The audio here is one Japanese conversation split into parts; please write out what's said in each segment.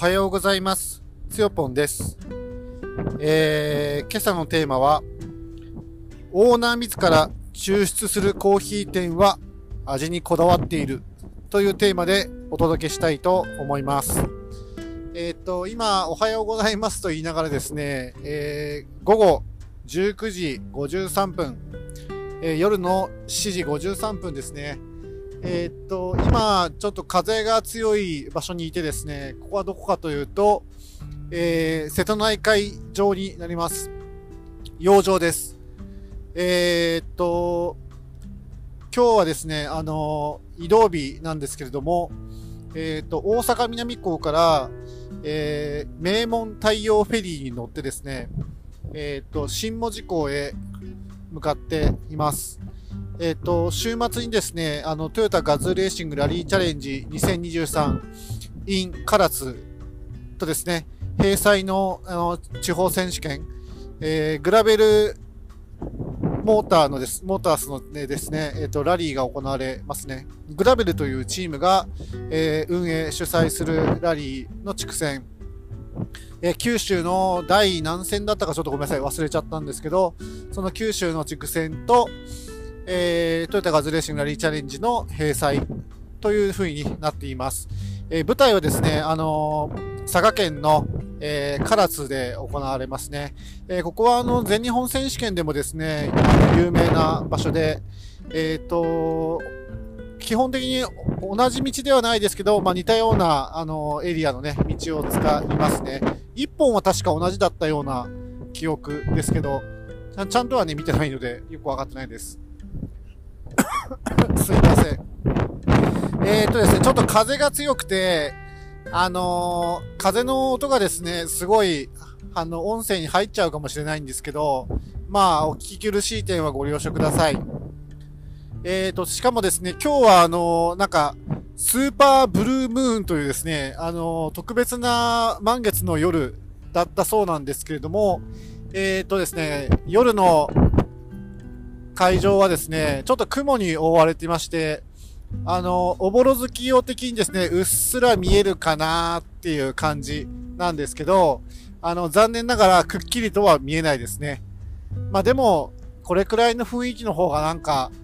はようございます。つよぽんです。今朝のテーマは、オーナー自ら抽出するコーヒー店は味にこだわっているというテーマでお届けしたいと思います。今、おはようございますと言いながらですね、午後19時53分、夜の7時53分ですね。今、ちょっと風が強い場所にいてですね、ここはどこかというと、瀬戸内海上になります。洋上です。今日はですね、移動日なんですけれども、大阪南港から、名門太陽フェリーに乗ってですね、新門司港へ向かっています。週末にですね、トヨタガズレーシングラリーチャレンジ2023 in 唐津とですね、閉催の、地方選手権、グラベルモータースの、ね、ですね、ラリーが行われますね。グラベルというチームが、運営、主催するラリーの地区戦。九州の第何戦だったかちょっとごめんなさい、忘れちゃったんですけど、その九州の地区戦と、トヨタガズレーシングラリーチャレンジの閉催という風になっています。舞台はですね、佐賀県の、唐津で行われますね。ここは全日本選手権でもですね、有名な場所で、基本的に同じ道ではないですけど、似たようなエリアのね、道を使いますね。一本は確か同じだったような記憶ですけど、ちゃんとはね、見てないので、よくわかってないです。すいません。ですね、ちょっと風が強くて、風の音がですね、すごい、音声に入っちゃうかもしれないんですけど、お聞き苦しい点はご了承ください。しかもですね、今日はスーパーブルームーンというですね、特別な満月の夜だったそうなんですけれども、ですね、夜の会場はですね、ちょっと雲に覆われていまして、おぼろ月夜的にですね、うっすら見えるかなっていう感じなんですけど、残念ながらくっきりとは見えないですね。でも、これくらいの雰囲気の方が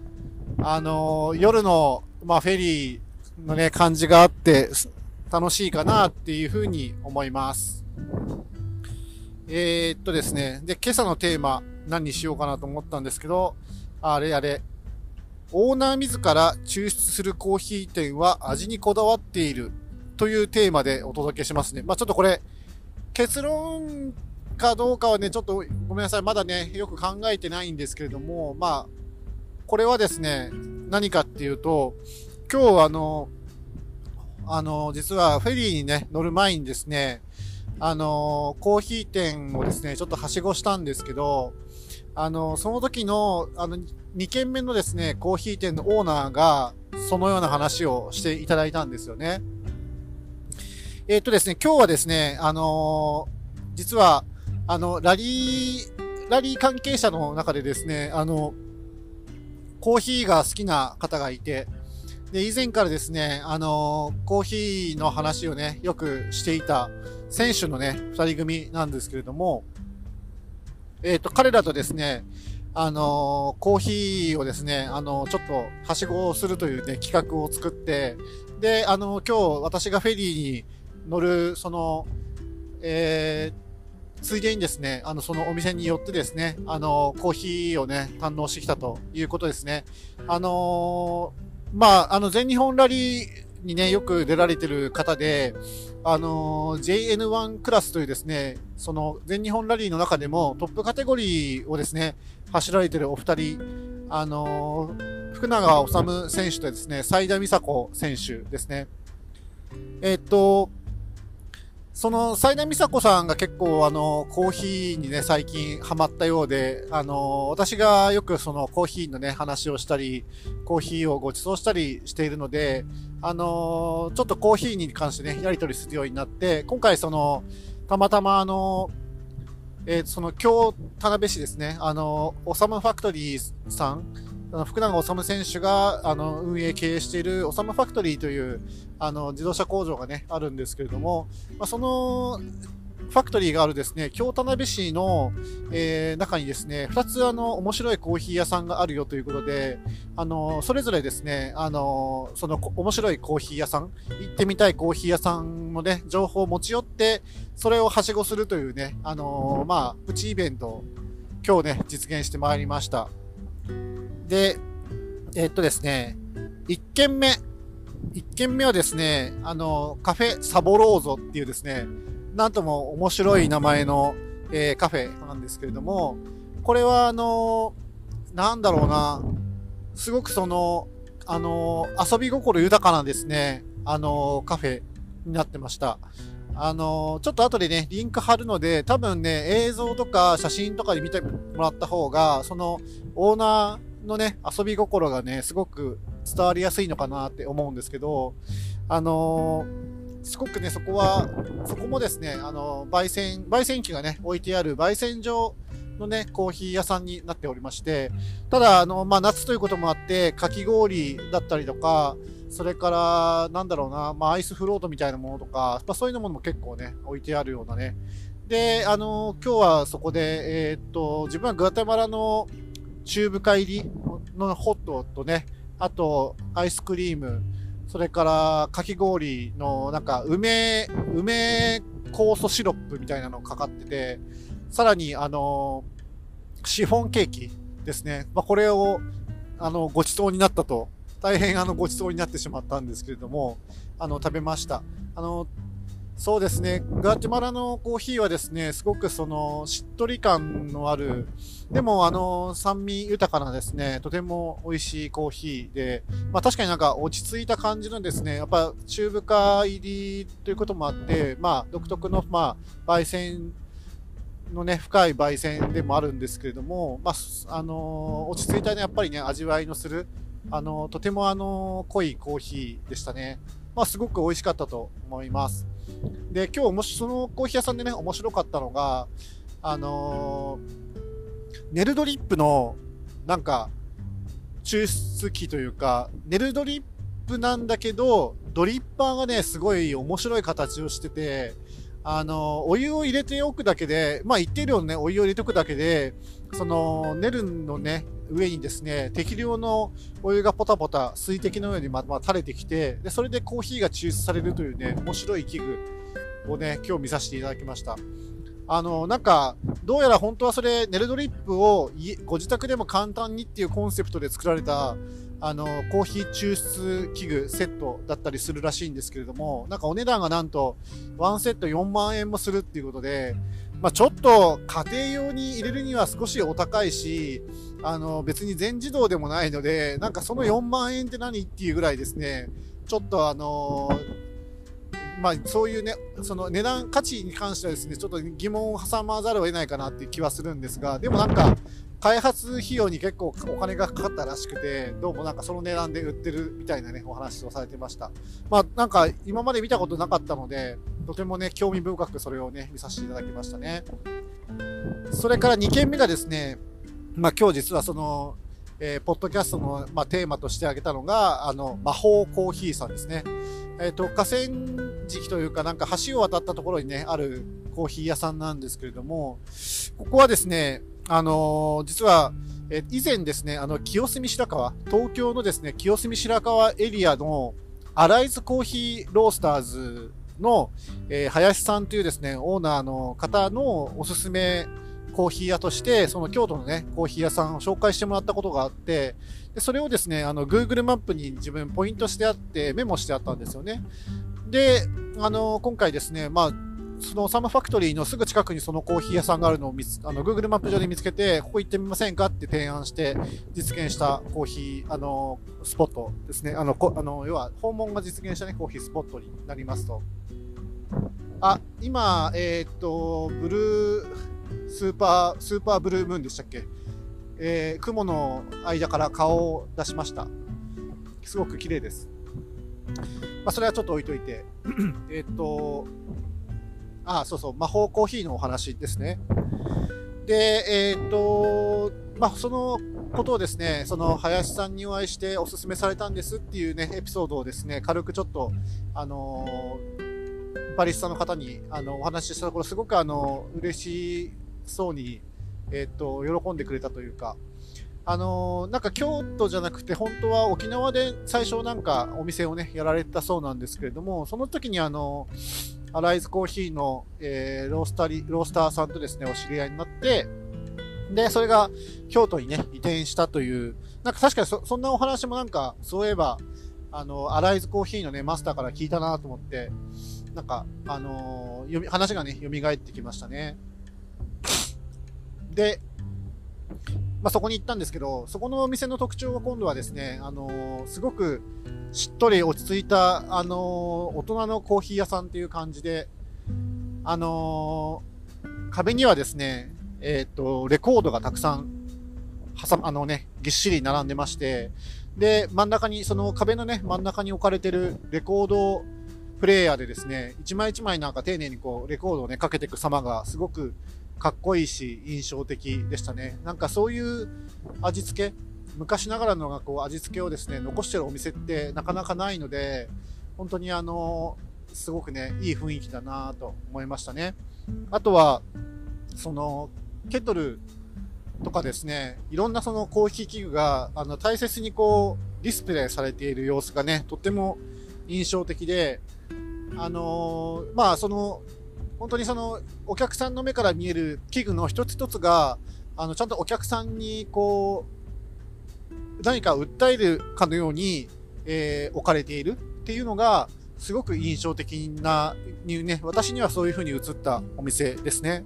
夜の、フェリーのね、感じがあって、楽しいかなっていうふうに思います。ですね、で、今朝のテーマ、何にしようかなと思ったんですけど、オーナー自ら抽出するコーヒー店は味にこだわっているというテーマでお届けしますね。ちょっとこれ、結論かどうかはね、ちょっとごめんなさい。まだね、よく考えてないんですけれども、これはですね、何かっていうと、今日実はフェリーにね、乗る前にですね、コーヒー店をですね、ちょっとはしごしたんですけど、その時の、2軒目のですね、コーヒー店のオーナーが、そのような話をしていただいたんですよね。ですね、今日はですね、実は、ラリー関係者の中でですね、コーヒーが好きな方がいて、で、以前からですね、コーヒーの話をね、よくしていた選手のね、二人組なんですけれども、彼らとですね、コーヒーをですね、ちょっとはしごをするというね、企画を作って、で、今日私がフェリーに乗る、ついでにですね、そのお店に寄ってですね、コーヒーをね、堪能してきたということですね。全日本ラリーにね、よく出られてる方で、JN1 クラスというですね、その全日本ラリーの中でもトップカテゴリーをですね、走られてるお二人、福永治選手とですね、斉田美沙子選手ですね。その斉田美沙子さんが結構コーヒーにね、最近ハマったようで、私がよくそのコーヒーのね、話をしたり、コーヒーをご馳走したりしているので、ちょっとコーヒーに関してね、やり取りするようになって、今回たまたまその京田辺市ですね、オサムファクトリーさん福永治選手が運営経営しているオサムファクトリーという自動車工場がねあるんですけれども、そのファクトリーがあるですね、京田辺市の、中にですね、2つ面白いコーヒー屋さんがあるよということで、それぞれですね、その面白いコーヒー屋さん、行ってみたいコーヒー屋さんのね、情報を持ち寄って、それをはしごするというね、プチイベントを今日ね、実現してまいりました。で、ですね、1軒目はですね、カフェサボローゾっていうですね、なんとも面白い名前の、カフェなんですけれども、これはなんだろうな、すごく遊び心豊かなですね、カフェになってました。ちょっと後でね、リンク貼るので、多分ね、映像とか写真とかで見てもらった方が、そのオーナーのね、遊び心がね、すごく伝わりやすいのかなって思うんですけど、すごくね、そこもですね、焙煎機がね、置いてある焙煎所のね、コーヒー屋さんになっておりまして、ただ、夏ということもあって、かき氷だったりとか、それから、なんだろうな、アイスフロートみたいなものとか、そういうのものも結構ね、置いてあるようなね。で、今日はそこで、自分はグアテマラの中深入りのホットとね、あと、アイスクリーム、それからかき氷のなんか梅酵素シロップみたいなのがかかってて、さらにシフォンケーキですね。これをご馳走になったと、大変ご馳走になってしまったんですけれども、食べました。そうですね、グアテマラのコーヒーはですね、すごくしっとり感のある、でも酸味豊かなですね、とても美味しいコーヒーで、確かになんか落ち着いた感じのですね、やっぱ中深入りということもあって、独特の焙煎のね、深い焙煎でもあるんですけれども、落ち着いたね、やっぱりね、味わいのする、とても濃いコーヒーでしたね。すごく美味しかったと思います。で、今日そのコーヒー屋さんでね、面白かったのが、ネルドリップの、なんか、抽出機というか、ネルドリップなんだけど、ドリッパーがね、すごい面白い形をしてて、お湯を入れておくだけで、一定量のね、お湯を入れておくだけで、ネルのね、上にですね、適量のお湯がポタポタ水滴のように垂れてきて、で、それでコーヒーが抽出されるというね、面白い器具をね、今日見させていただきました。なんか、どうやら本当はそれ、ネルドリップをご自宅でも簡単にっていうコンセプトで作られた、コーヒー抽出器具セットだったりするらしいんですけれども、なんかお値段がなんと、1セット4万円もするっていうことで、ちょっと家庭用に入れるには少しお高いし、別に全自動でもないので、なんかその4万円って何っていうぐらいですね、ちょっとそういうね、その値段、価値に関してはですね、ちょっと疑問を挟まざるを得ないかなっていう気はするんですが、でもなんか、開発費用に結構お金がかかったらしくて、どうもなんかその値段で売ってるみたいなね、お話をされてました。なんか今まで見たことなかったので、とてもね、興味深くそれをね、見させていただきましたね。それから2件目がですね、今日実はポッドキャストの、テーマとして挙げたのが、魔法コーヒーさんですね。河川敷というか、なんか橋を渡ったところにね、あるコーヒー屋さんなんですけれども、ここはですね、実は、以前ですね、清澄白河、東京のですね、清澄白河エリアのアライズコーヒーロースターズの、林さんというですね、オーナーの方のおすすめコーヒー屋として、その京都のね、コーヒー屋さんを紹介してもらったことがあって、でそれをですね、Google マップに自分ポイントしてあって、メモしてあったんですよね。で、今回ですね、そのサムファクトリーのすぐ近くにそのコーヒー屋さんがあるのをGoogle マップ上で見つけて、ここ行ってみませんかって提案して実現したコーヒー、スポットですね。要は訪問が実現したね、コーヒースポットになりますと。今、ブルー、スーパーブルームーンでしたっけ？雲の間から顔を出しました。すごく綺麗です。それはちょっと置いといて。そうそう、魔法コーヒーのお話ですね。 で、そのことをですね、その林さんにお会いしてお勧めされたんですっていうね、エピソードをですね、軽くちょっと、バリスタの方に、お話ししたところ、すごく嬉しそうに、喜んでくれたというか、なんか京都じゃなくて、本当は沖縄で最初なんかお店をね、やられたそうなんですけれども、その時にアライズコーヒーの、ロースターさんとですね、お知り合いになって、で、それが京都にね、移転したという、なんか確かにそんなお話もなんか、そういえば、アライズコーヒーのね、マスターから聞いたなと思って、なんか、話がね、蘇ってきましたね。で、そこに行ったんですけど、そこのお店の特徴は今度はですね、すごくしっとり落ち着いた、大人のコーヒー屋さんっていう感じで、壁にはですね、レコードがたくさん、ぎっしり並んでまして、で、真ん中に、その壁のね、真ん中に置かれてるレコードプレイヤーでですね、一枚一枚なんか丁寧にこう、レコードをね、かけていく様がすごくかっこいいし、印象的でしたね。なんかそういう味付け、昔ながらのこう味付けをですね、残してるお店ってなかなかないので、本当にすごくね、いい雰囲気だなと思いましたね。あとは、その、ケトルとかですね、いろんなそのコーヒー器具が、大切にこう、ディスプレイされている様子がね、とっても印象的で、本当にその、お客さんの目から見える器具の一つ一つが、ちゃんとお客さんにこう、何か訴えるかのように、置かれているっていうのが、すごく印象的な、ね、私にはそういう風に映ったお店ですね。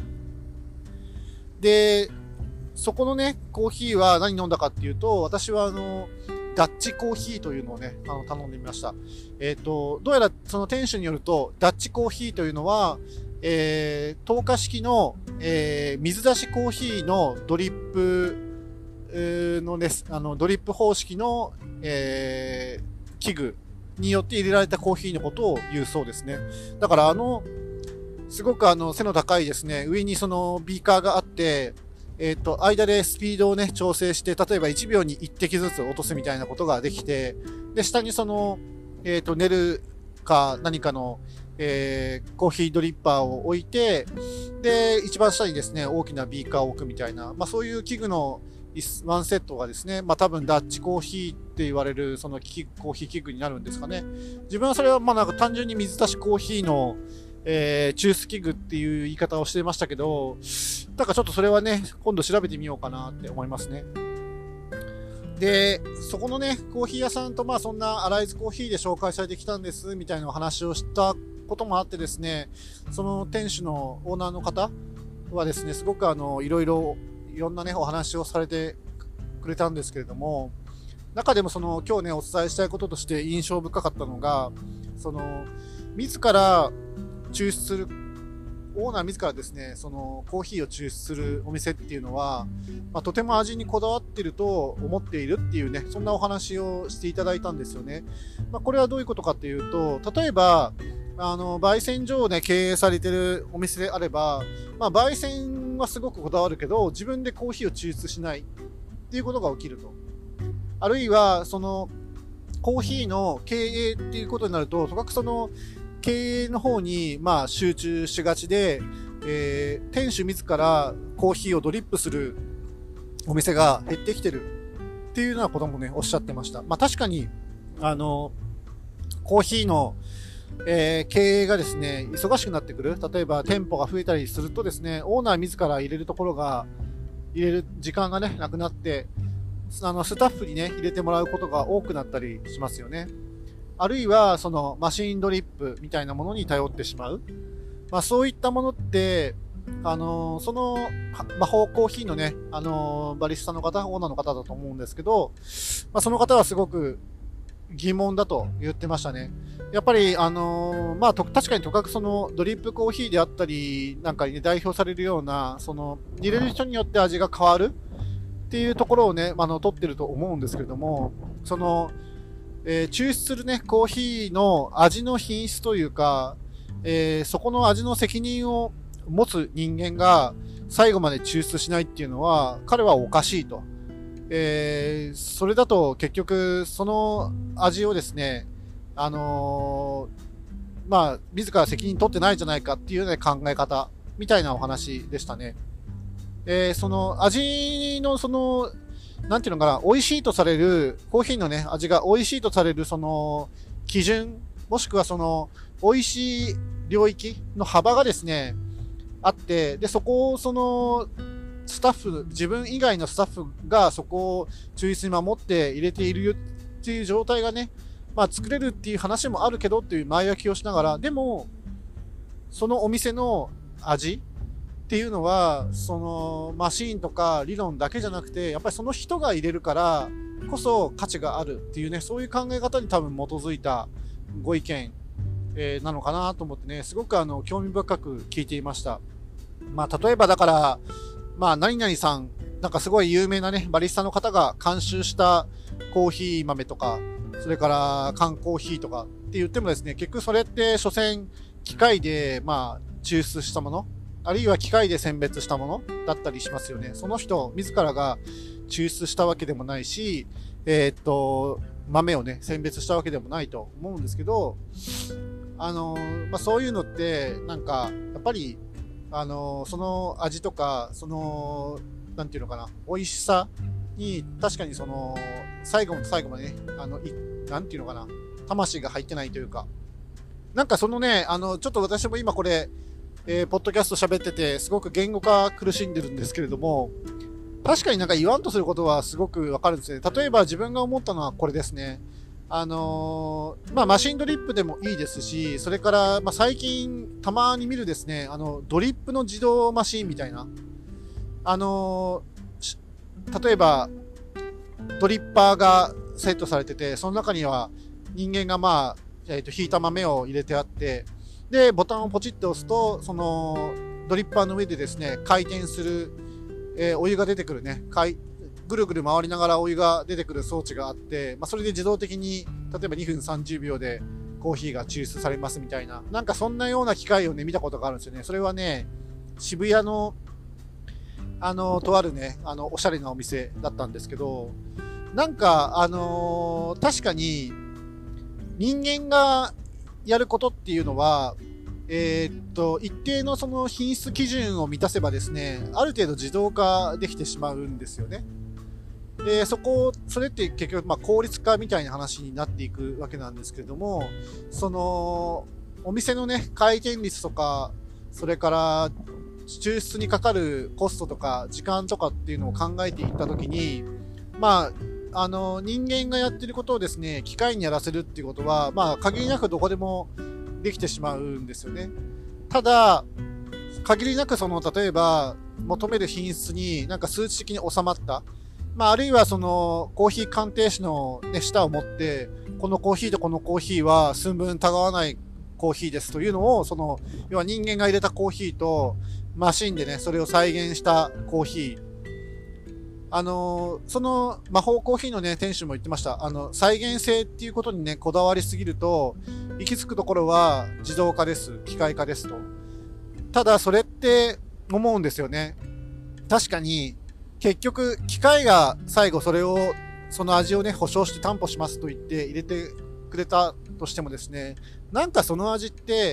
で、そこのね、コーヒーは何飲んだかっていうと、私はダッチコーヒーというのをね、頼んでみました。どうやらその店主によると、ダッチコーヒーというのは、透過式の、水出しコーヒーのドリップのです、ドリップ方式の、器具によって入れられたコーヒーのことを言うそうですね。だからすごく背の高いですね、上にそのビーカーがあって、間でスピードをね、調整して、例えば1秒に1滴ずつ落とすみたいなことができて、で、下にその、ネルか何かの、コーヒードリッパーを置いて、で、一番下にですね、大きなビーカーを置くみたいな、そういう器具のワンセットがですね、多分ダッチコーヒーって言われる、そのコーヒー器具になるんですかね。自分はそれはなんか単純に水出しコーヒーの、抽出器具っていう言い方をしてましたけど、だからちょっとそれはね、今度調べてみようかなって思いますね。で、そこのね、コーヒー屋さんとそんなアライズコーヒーで紹介されてきたんです、みたいなお話をしたこともあってですね、その店主のオーナーの方はですね、すごくいろんなね、お話をされてくれたんですけれども、中でもその今日ね、お伝えしたいこととして印象深かったのが、その、自ら抽出する、オーナー自らですね、そのコーヒーを抽出するお店っていうのは、とても味にこだわっていると思っているっていうね、そんなお話をしていただいたんですよね。これはどういうことかっていうと、例えば、焙煎所をね、経営されているお店であれば、焙煎はすごくこだわるけど、自分でコーヒーを抽出しないっていうことが起きると。あるいは、その、コーヒーの経営っていうことになると、とかくその、経営の方に集中しがちで、店主自らコーヒーをドリップするお店が減ってきてるっていうようなこともね、おっしゃってました。確かに、コーヒーの、経営がですね、忙しくなってくる。例えば店舗が増えたりするとですね、オーナー自ら入れる時間がね、なくなって、スタッフにね、入れてもらうことが多くなったりしますよね。あるいは、そのマシンドリップみたいなものに頼ってしまう。そういったものって、その魔法コーヒーのね、バリスタの方、オーナーの方だと思うんですけど、その方はすごく疑問だと言ってましたね。やっぱり、確かにとかくそのドリップコーヒーであったり、なんかに、ね、代表されるような、その、入れる人によって味が変わるっていうところをね、取ってると思うんですけれども、その、抽出するね、コーヒーの味の品質というか、そこの味の責任を持つ人間が、 最後まで抽出しないっていうのは、彼はおかしいと。それだと結局、その味をですね、自ら責任取ってないじゃないかっていうような考え方みたいなお話でしたね。その味のなんていうのかな、美味しいとされる、コーヒーのね、味が美味しいとされるその基準、もしくは美味しい領域の幅がですね、あって、で、そこをスタッフ、自分以外のスタッフがそこを忠実に守って入れているっていう状態がね、作れるっていう話もあるけどっていう前置きをしながら、でも、そのお店の味っていうのは、マシーンとか理論だけじゃなくて、やっぱりその人が入れるからこそ価値があるっていうね、そういう考え方に多分基づいたご意見、なのかなと思ってね、すごく興味深く聞いていました。例えばだから、何々さん、なんかすごい有名なね、バリスタの方が監修したコーヒー豆とか、それから缶コーヒーとかって言ってもですね、結局それって所詮機械で抽出したもの、あるいは機械で選別したものだったりしますよね。その人自らが抽出したわけでもないし、豆をね、選別したわけでもないと思うんですけど、そういうのって、なんか、やっぱり、その味とか、なんていうのかな、美味しさに、確かに最後の最後までね、なんていうのかな、魂が入ってないというか、なんかちょっと私も今これ、ポッドキャスト喋ってて、すごく言語化苦しんでるんですけれども、確かになんか言わんとすることはすごくわかるんですね。例えば自分が思ったのはこれですね。マシンドリップでもいいですし、それから、最近たまに見るですね、ドリップの自動マシンみたいな、例えば、ドリッパーがセットされてて、その中には人間が引いた豆を入れてあって、で、ボタンをポチッと押すと、ドリッパーの上でですね、回転する、お湯が出てくるね、ぐるぐる回りながらお湯が出てくる装置があって、それで自動的に、例えば2分30秒でコーヒーが抽出されますみたいな、なんかそんなような機械をね、見たことがあるんですよね。それはね、渋谷の、とあるね、おしゃれなお店だったんですけど、なんか、確かに、人間がやることっていうのは、一定のその品質基準を満たせばですね、ある程度自動化できてしまうんですよね。で、それって結局、効率化みたいな話になっていくわけなんですけれども、お店のね、回転率とか、それから、抽出にかかるコストとか、時間とかっていうのを考えていったときに、人間がやってることをですね、機械にやらせるっていうことは、限りなくどこでもできてしまうんですよね。ただ、限りなく例えば、求める品質になんか数値的に収まった、あるいはコーヒー鑑定士のね、舌を持って、このコーヒーとこのコーヒーは寸分たがわないコーヒーですというのを、要は人間が入れたコーヒーと、マシンでね、それを再現したコーヒー。魔法コーヒーのね、店主も言ってました。再現性っていうことにね、こだわりすぎると、行き着くところは自動化です、機械化ですと。ただ、それって思うんですよね。確かに、結局、機械が最後その味をね、保証して担保しますと言って入れてくれたとしてもですね、なんかその味って、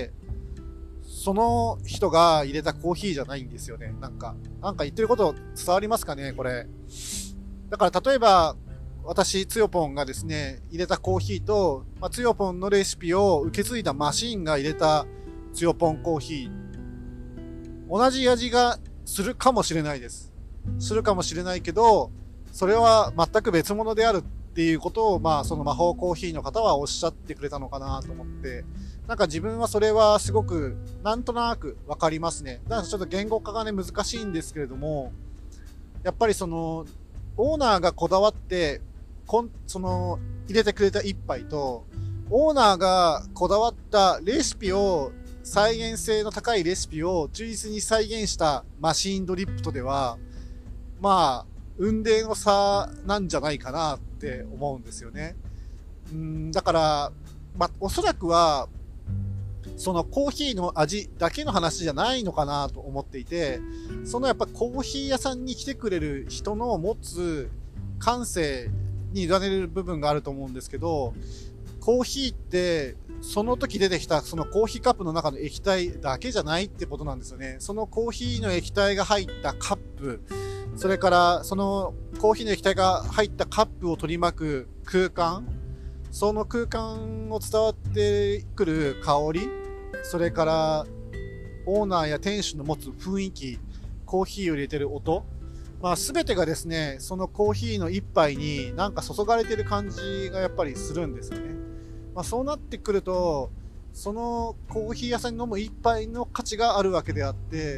その人が入れたコーヒーじゃないんですよね。なんか言ってること伝わりますかね、これ。だから例えば、私、つよぽんがですね、入れたコーヒーと、つよぽんのレシピを受け継いだマシーンが入れたつよぽんコーヒー。同じ味がするかもしれないです。するかもしれないけど、それは全く別物であるっていうことを、その魔法コーヒーの方はおっしゃってくれたのかなと思って、なんか自分はそれはすごくなんとなくわかりますね。だからちょっと言語化がね難しいんですけれども、やっぱりオーナーがこだわって入れてくれた一杯と、オーナーがこだわったレシピを、再現性の高いレシピを忠実に再現したマシーンドリップとでは、雲泥の差なんじゃないかなって思うんですよね。だから、おそらくは、 そのコーヒーの味だけの話じゃないのかなと思っていて、そのやっぱコーヒー屋さんに来てくれる人の持つ感性に委ねる部分があると思うんですけど、コーヒーってその時出てきたそのコーヒーカップの中の液体だけじゃないってことなんですよね。そのコーヒーの液体が入ったカップ、それからそのコーヒーの液体が入ったカップを取り巻く空間、その空間を伝わってくる香り、それからオーナーや店主の持つ雰囲気、コーヒーを入れてる音、全てがですね、そのコーヒーの一杯になんか注がれてる感じがやっぱりするんですよね。そうなってくると、そのコーヒー屋さんに飲む一杯の価値があるわけであって、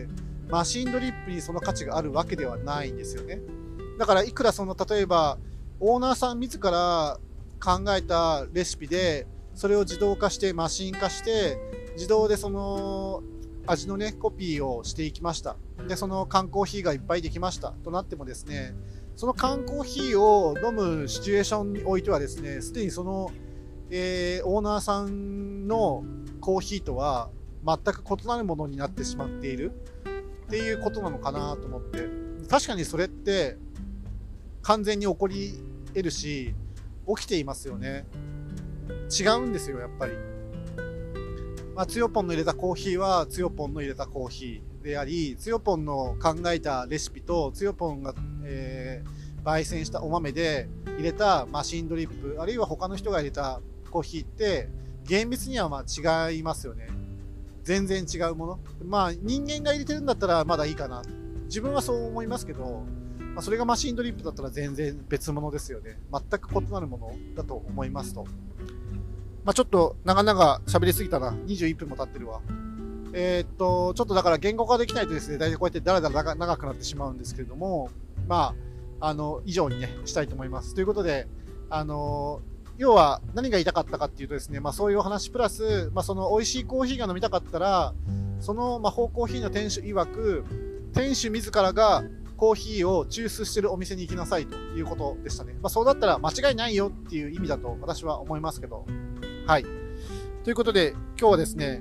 マシンドリップにその価値があるわけではないんですよね。だからいくら例えばオーナーさん自ら考えたレシピで、それを自動化してマシン化して、自動でその味のね、コピーをしていきました。で、その缶コーヒーがいっぱいできましたとなってもですね、その缶コーヒーを飲むシチュエーションにおいてはですね、すでにその、オーナーさんのコーヒーとは全く異なるものになってしまっているっていうことなのかなと思って、確かにそれって完全に起こり得るし、起きていますよね。違うんですよ、やっぱり。つよぽんの入れたコーヒーはつよぽんの入れたコーヒーであり、つよぽんの考えたレシピとつよぽんが、焙煎したお豆で入れたマシンドリップ、あるいは他の人が入れたコーヒーって厳密には違いますよね。全然違うもの。人間が入れてるんだったらまだいいかな。自分はそう思いますけど、それがマシンドリップだったら全然別物ですよね。全く異なるものだと思いますと。ちょっと長々喋りすぎたな。21分も経ってるわ。ちょっとだから言語化できないとですね、大体こうやってだらだら長くなってしまうんですけれども、以上にね、したいと思います。ということで、要は何が言いたかったかっていうとですね、そういうお話プラス、その美味しいコーヒーが飲みたかったら、その魔法コーヒーの店主曰く、店主自らがコーヒーを抽出してるお店に行きなさいということでしたね。そうだったら間違いないよっていう意味だと私は思いますけど。はい。ということで、今日はですね、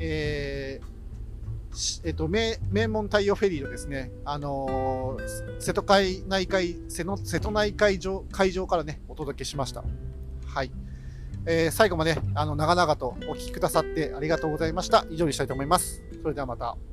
名門太陽フェリーのですね、瀬戸内海海上からね、お届けしました。はい。最後まで長々とお聞きくださってありがとうございました。以上にしたいと思います。それではまた。